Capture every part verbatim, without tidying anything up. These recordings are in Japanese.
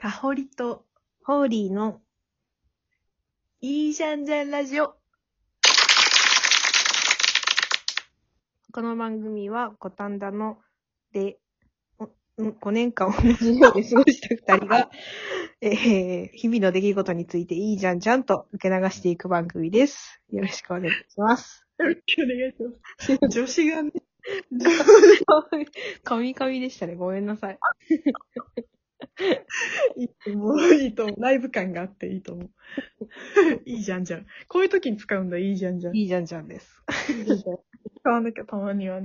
かほりと、 ホーリーのいいじゃんじゃんラジオ。 この番組は五反田のでごねんかん同じように過ごした二人が、えー、日々の出来事についていいじゃんじゃんと受け流していく番組です。よろしくお願いします。 よろしくお願いします。女子がね、 神々でしたね。ごめんなさい。 いいと思う。いいと思う。ライブ感があっていいと思う。いいじゃんじゃん。こういう時に使うんだ、いいじゃんじゃん。 いいじゃんじゃんです。 使わなきゃたまにはね。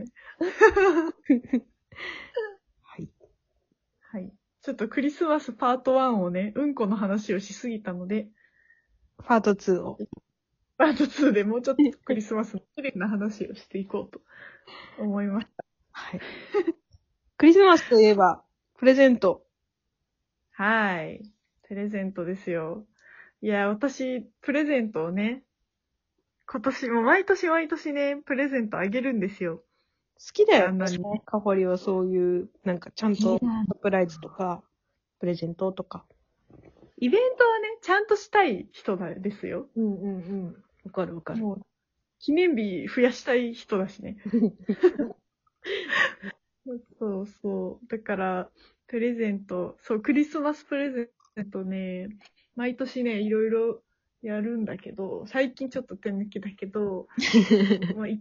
はい。 はい。ちょっとクリスマスパートワンをね、うんこの話をしすぎたので、 パートツーを。 パートツーでもうちょっとクリスマスの綺麗な話をしていこうと思いました。 はい。クリスマスといえば、プレゼント。 はい。プレゼントですよ。いや、私、プレゼントをね、今年も毎年毎年ね、プレゼントあげるんですよ。 好きだよね旦那に。。 かほりはそういう、なんかちゃんとサプライズとか、プレゼントとか。 イベントはね、ちゃんとしたい人なんですよ。 うんうんうん。わかるわかる。 もう、記念日増やしたい人だしね。そうそう。だから、プレゼント、そう、クリスマスプレゼントね、毎年ね、いろいろやるんだけど、最近ちょっと手抜きだけど、まあ、い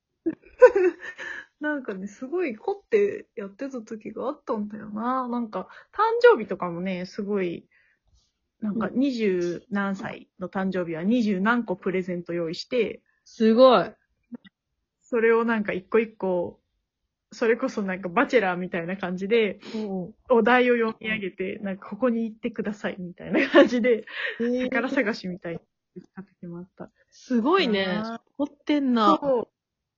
なんかね、すごい凝ってやってた時があったんだよな。なんか、誕生日とかもね、すごい、なんか二十何歳の誕生日は二十何個プレゼント用意して、 すごい。 それをなんか一個一個、それこそなんかバチェラーみたいな感じで、 うんお題を読み上げて、なんかここに行ってくださいみたいな感じで、宝探しみたいにした時もあった。 すごいね。凝ってんな。 そう。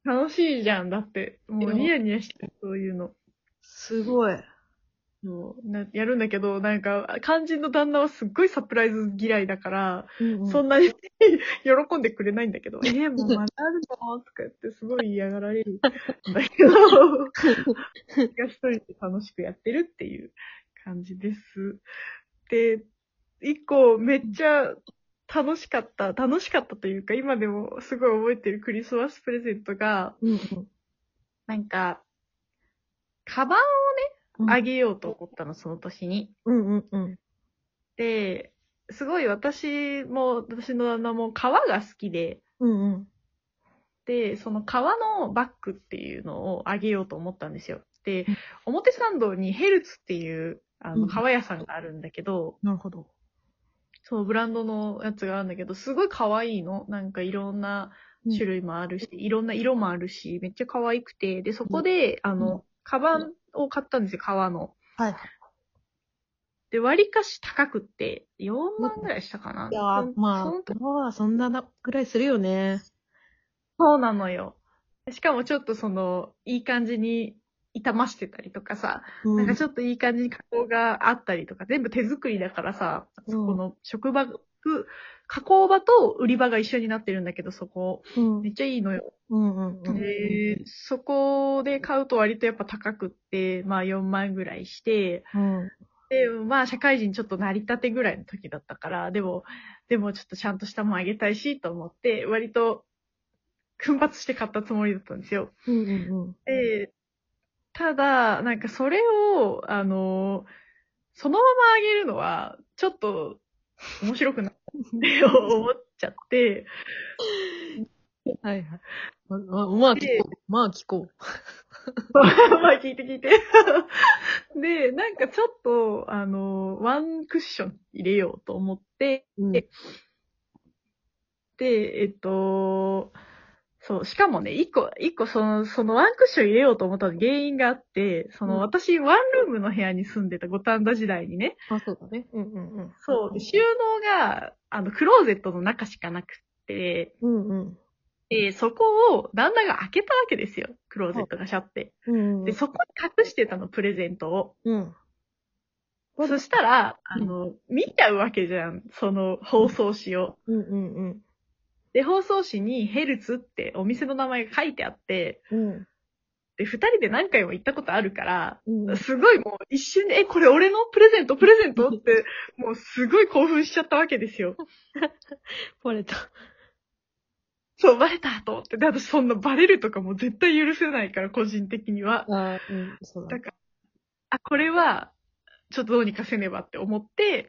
楽しいじゃん。だって、もうニヤニヤしてる、そういうの。 すごい。 そうなやるんだけど、なんか、肝心の旦那はすっごいサプライズ嫌いだから、 うんうん、 そんなに喜んでくれないんだけど、えー、もうまだあるのとか言ってすごい嫌がられるんだけど、私が一人で楽しくやってるっていう感じです。で、一個めっちゃ楽しかった、楽しかったというか、今でもすごい覚えてるクリスマスプレゼントが、 うんうん、 なんか、カバンをね、あげようと思ったの、その年に。 うんうんうん。 で、すごい私も、私の旦那も革が好きで、 うんうん。 で、その革のバッグっていうのをあげようと思ったんですよ。で、表参道にヘルツっていう、あの、革屋さんがあるんだけど、 なるほど。 そう、ブランドのやつがあるんだけど、すごい可愛いの。なんかいろんな種類もあるし、いろんな色もあるし、めっちゃ可愛くて、で、そこで、あの、カバンを買ったんですよ、革の。 はい。 で、割かし高くって、よんまんぐらいしたかな。 いやー、まあ、まあ、そんなぐらいするよね。 そうなのよ。しかもちょっとその、いい感じに傷ましてたりとかさ、 うん、 なんかちょっといい感じに加工があったりとか、全部手作りだからさ、 うん、 そこの職場、加工場と売り場が一緒になってるんだけど、そこ、 うん、 めっちゃいいのよ。 うんうんうん。 で、そこで買うと割とやっぱ高くって、まあよんまんぐらいして、 うん、 で、まあ社会人ちょっと成り立てぐらいの時だったから、でも、でもちょっとちゃんとしたもんあげたいしと思って、割と奮発して買ったつもりだったんですよ。 うんうんうん。 で、ただ、なんかそれを、あの、そのままあげるのは、ちょっと面白くないって思っちゃって、 はいはい。ま、ま、まあ聞こう。まあ聞こまあ聞いて聞いて。で、なんかちょっと、あの、ワンクッション入れようと思って、 う。うん。 で、えっと、そう、しかもね、一個、一個その、そのワンクッション入れようと思った原因があって、その、私、ワンルームの部屋に住んでた五反田時代にね、 あ、そうだね。うんうんうん。 そう、で収納が、あの、クローゼットの中しかなくて、 うんうん。 で、そこを旦那が開けたわけですよ。クローゼットがシャって。 うんうん。 で、そこに隠してたの、プレゼントを。 うん。 そしたら、あの、見ちゃうわけじゃん。その包装紙を。 うんうんうん。 で、包装紙にヘルツってお店の名前が書いてあって、 うん。 で、二人で何回も行ったことあるから、 うん、 すごいもう一瞬で、え、これ俺のプレゼントプレゼントって、もうすごい興奮しちゃったわけですよ。 バレた。 そう、バレたと思って。で、私そんなバレるとかも絶対許せないから、個人的には。 あうん、そうだ。 だから、あ、これは、ちょっとどうにかせねばって思って、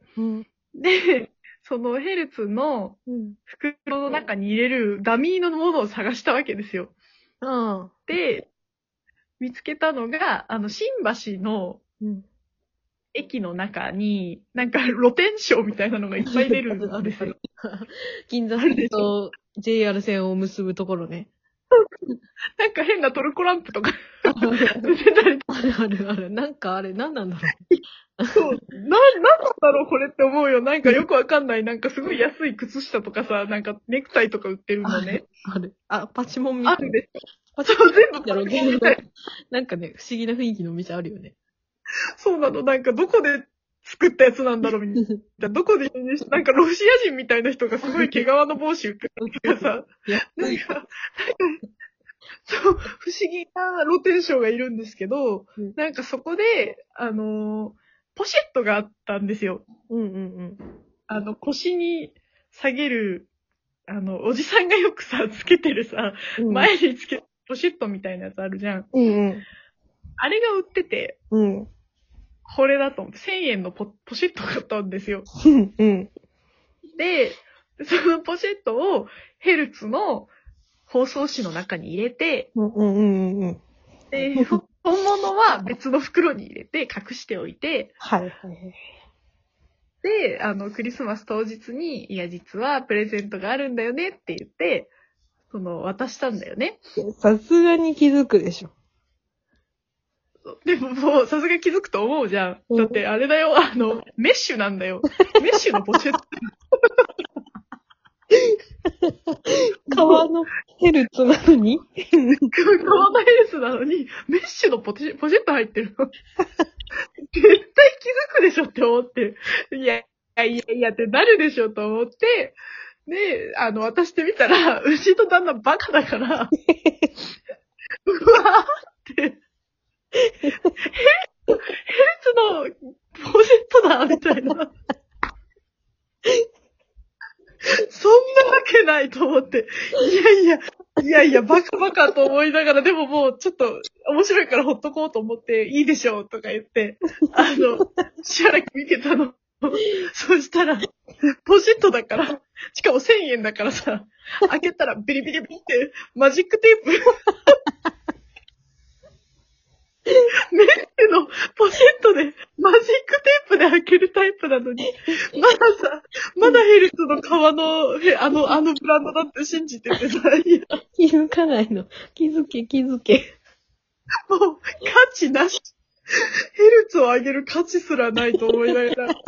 うん、 で、そのヘルツの袋の中に入れるダミーのものを探したわけですよ。 うん。 で、見つけたのが、あの、新橋のうん。 駅の中に、なんか露天商みたいなのがいっぱい出るんですよ。 銀座線と ジェイアール 線を結ぶところね。 なんか変なトルコランプとかある出てたり。 あるあるある。なんかあれ、なんなんだろう。 そう。な、なんだろうこれって思うよ。なんかよくわかんない。なんかすごい安い靴下とかさ、なんかネクタイとか売ってるのね。 ある。あ、パチモンみたいな。 あるでしパょ。そう、全部パチモンみたいな。 なんかね、不思議な雰囲気のお店あるよね。 そうなの。なんかどこで作ったやつなんだろうみたいな。どこで輸入し、なんかロシア人みたいな人がすごい毛皮の帽子売ってたりとかさ。なんか、そう、不思議な露天商がいるんですけど、うん、なんかそこで、あのー、ポシェットがあったんですよ。 うんうんうん。 あの、腰に下げる、あの、おじさんがよくさ、つけてるさ、うん、前につけるポシェットみたいなやつあるじゃん。 うんうん。 あれが売ってて、うん。これだと思って、せんえんの ポ, ポシェット買ったんですよ。 うんうん。で、 そのポシェットをヘルツの包装紙の中に入れて、 うんうんうんうん。 で、本物は別の袋に入れて隠しておいて、 はいはいはい。 で、あの、クリスマス当日に、いや、実はプレゼントがあるんだよねって言って、その、渡したんだよね。 さすがに気づくでしょ。 でももう、さすが気づくと思うじゃん。うん、だって、あれだよ、あの、メッシュなんだよ。メッシュのポシェット。 革のヘルツなのに革のヘルツなのに、メッシュのポシェ、ポシェット入ってるの。絶対気づくでしょって思って。いや、いやいやいやってなるでしょと思って、で、あの、渡してみたら、うちの旦那バカだから、うわーって、ヘルツのポシェットだみたいな。そんなわけないと思って。いやいや、いやいや、バカバカと思いながら、でももうちょっと面白いからほっとこうと思って、いいでしょうとか言って、あの、支払い見てたの。そしたら、ポシェットだから、しかもせんえんだからさ、開けたらビリビリビリってマジックテープ。メッシュのポシェットでマジックテープで開けるタイプなのに、まださ、まだヘルツの革の、あの、あのブランドだって信じててさ、いや。 気づかないの。気づけ、気づけ。 もう、価値なし。ヘルツを上げる価値すらないと思いながら。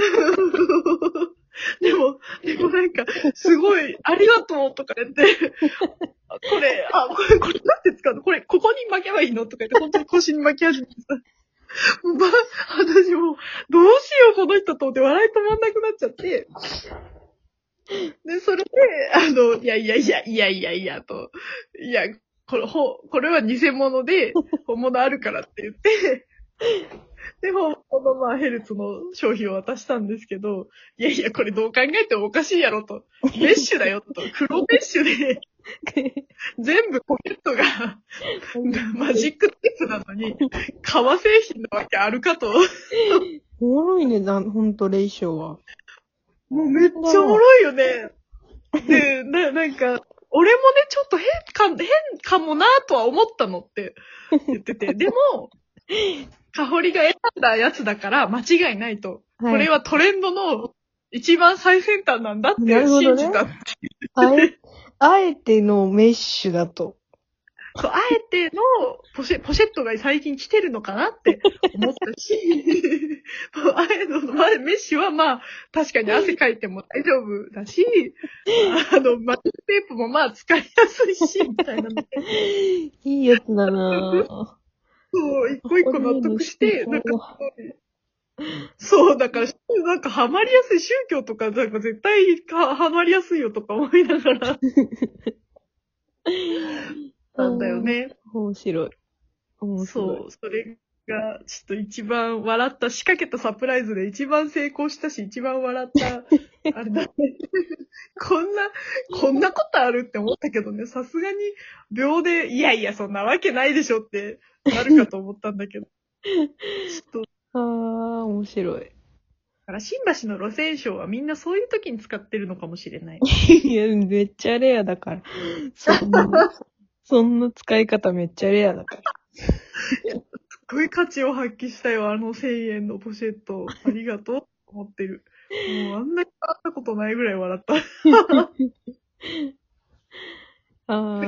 でも、でもなんか、すごい、ありがとうとか言って、これ、あ、これ、これなんて使うのこれ、ここに巻けばいいのとか言って、本当に腰に巻き始めてさ。もうば、私もう、どうしよう、この人と思って笑い止まんなくなっちゃって。で、それで、あの、いやいやいや、いやいやいや、と。いや、これ、ほ、これは偽物で、本物あるからって言って、でも、このまあヘルツの商品を渡したんですけど、いやいや、これどう考えてもおかしいやろと。メッシュだよと。黒メッシュで、全部ポケットがマジックテープなのに、革製品なわけあるかと。 おもろいね、な、ほんと、レイショーは。 もうめっちゃおもろいよね。で、な、なんか、俺もね、ちょっと変か、変かもなとは思ったのって言ってて、でも、かほりが選んだやつだから間違いないと。はい、これはトレンドの一番最先端なんだって信じたって、ね。 あえ、あえてのメッシュだと。 そう、あえてのポシェ、ポシェットが最近来てるのかなって思ったし、あえの、まあ、メッシュはまあ、確かに汗かいても大丈夫だし、あの、マジックテープもまあ使いやすいし、みたいなので。 いいやつだなぁ。 そう、一個一個納得して、なんか、そう、だから、なんかハマりやすい宗教とか、なんか絶対はハマりやすいよとか思いながら。なんだよね。 面白い。 面白い。 そう、それが、ちょっと一番笑った、仕掛けたサプライズで一番成功したし、一番笑った、あれだね。こんな、こんなことあるって思ったけどね、さすがに秒で、いやいや、そんなわけないでしょってなるかと思ったんだけど。ちょっと、 ああ、面白い。 だから新橋の路線賞はみんなそういう時に使ってるのかもしれない。 いや、めっちゃレアだから。そんな、そんな使い方めっちゃレアだから。 すごい価値を発揮したよ、あのせんえんのポシェット。ありがとうと思ってる。もうあんなに笑ったことないぐらい笑った。 あ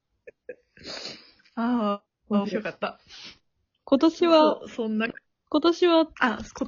あ、 ああ、面白かった。 今年はそ、うそんな、 今年は、 あ、こ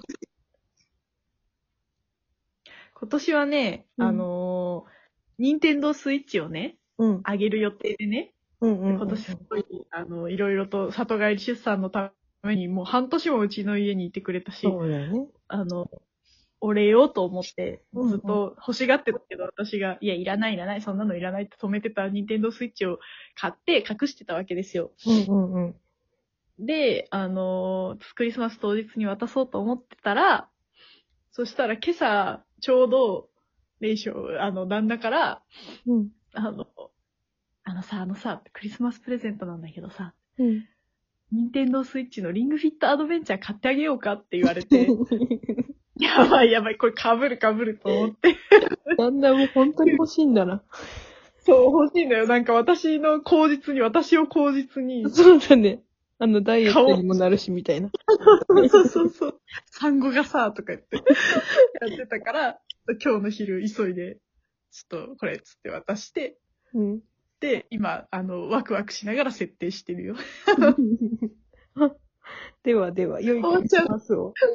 今年はね、 うんあのー、ニンテンドースイッチをね、 うん、 あげる予定でね、 うん、うん。 今年すごい、あの、いろいろと里帰り出産のために、もう半年もうちの家にいてくれたし、 そうだよね。 あの、お礼をと思って、 うんうんずっと欲しがってたけど、私が、いや、いらないいらない、そんなのいらないって止めてたニンテンドースイッチを買って隠してたわけですよ。 うんうんうん。 で、あのー、クリスマス当日に渡そうと思ってたら、そしたら今朝、ちょうど、レイショー、あの、旦那から、 うん。 あの、あのさ、あのさ、クリスマスプレゼントなんだけどさ、 うん。 ニンテンドースイッチのリングフィットアドベンチャー買ってあげようかって言われて、やばいやばい、これ被る被ると思って。 旦那も本当に欲しいんだな。 そう、欲しいんだよ。なんか私の口実に、私を口実に。 そうだね。あの、ダイエットにもなるし、みたいな。 そうそうそう。産後がさ、とか言って、やってたから、今日の昼急いで、ちょっとこれ、つって渡して、 うん。 で、今、あの、ワクワクしながら設定してるよ。 ではでは、良いクリスマスを。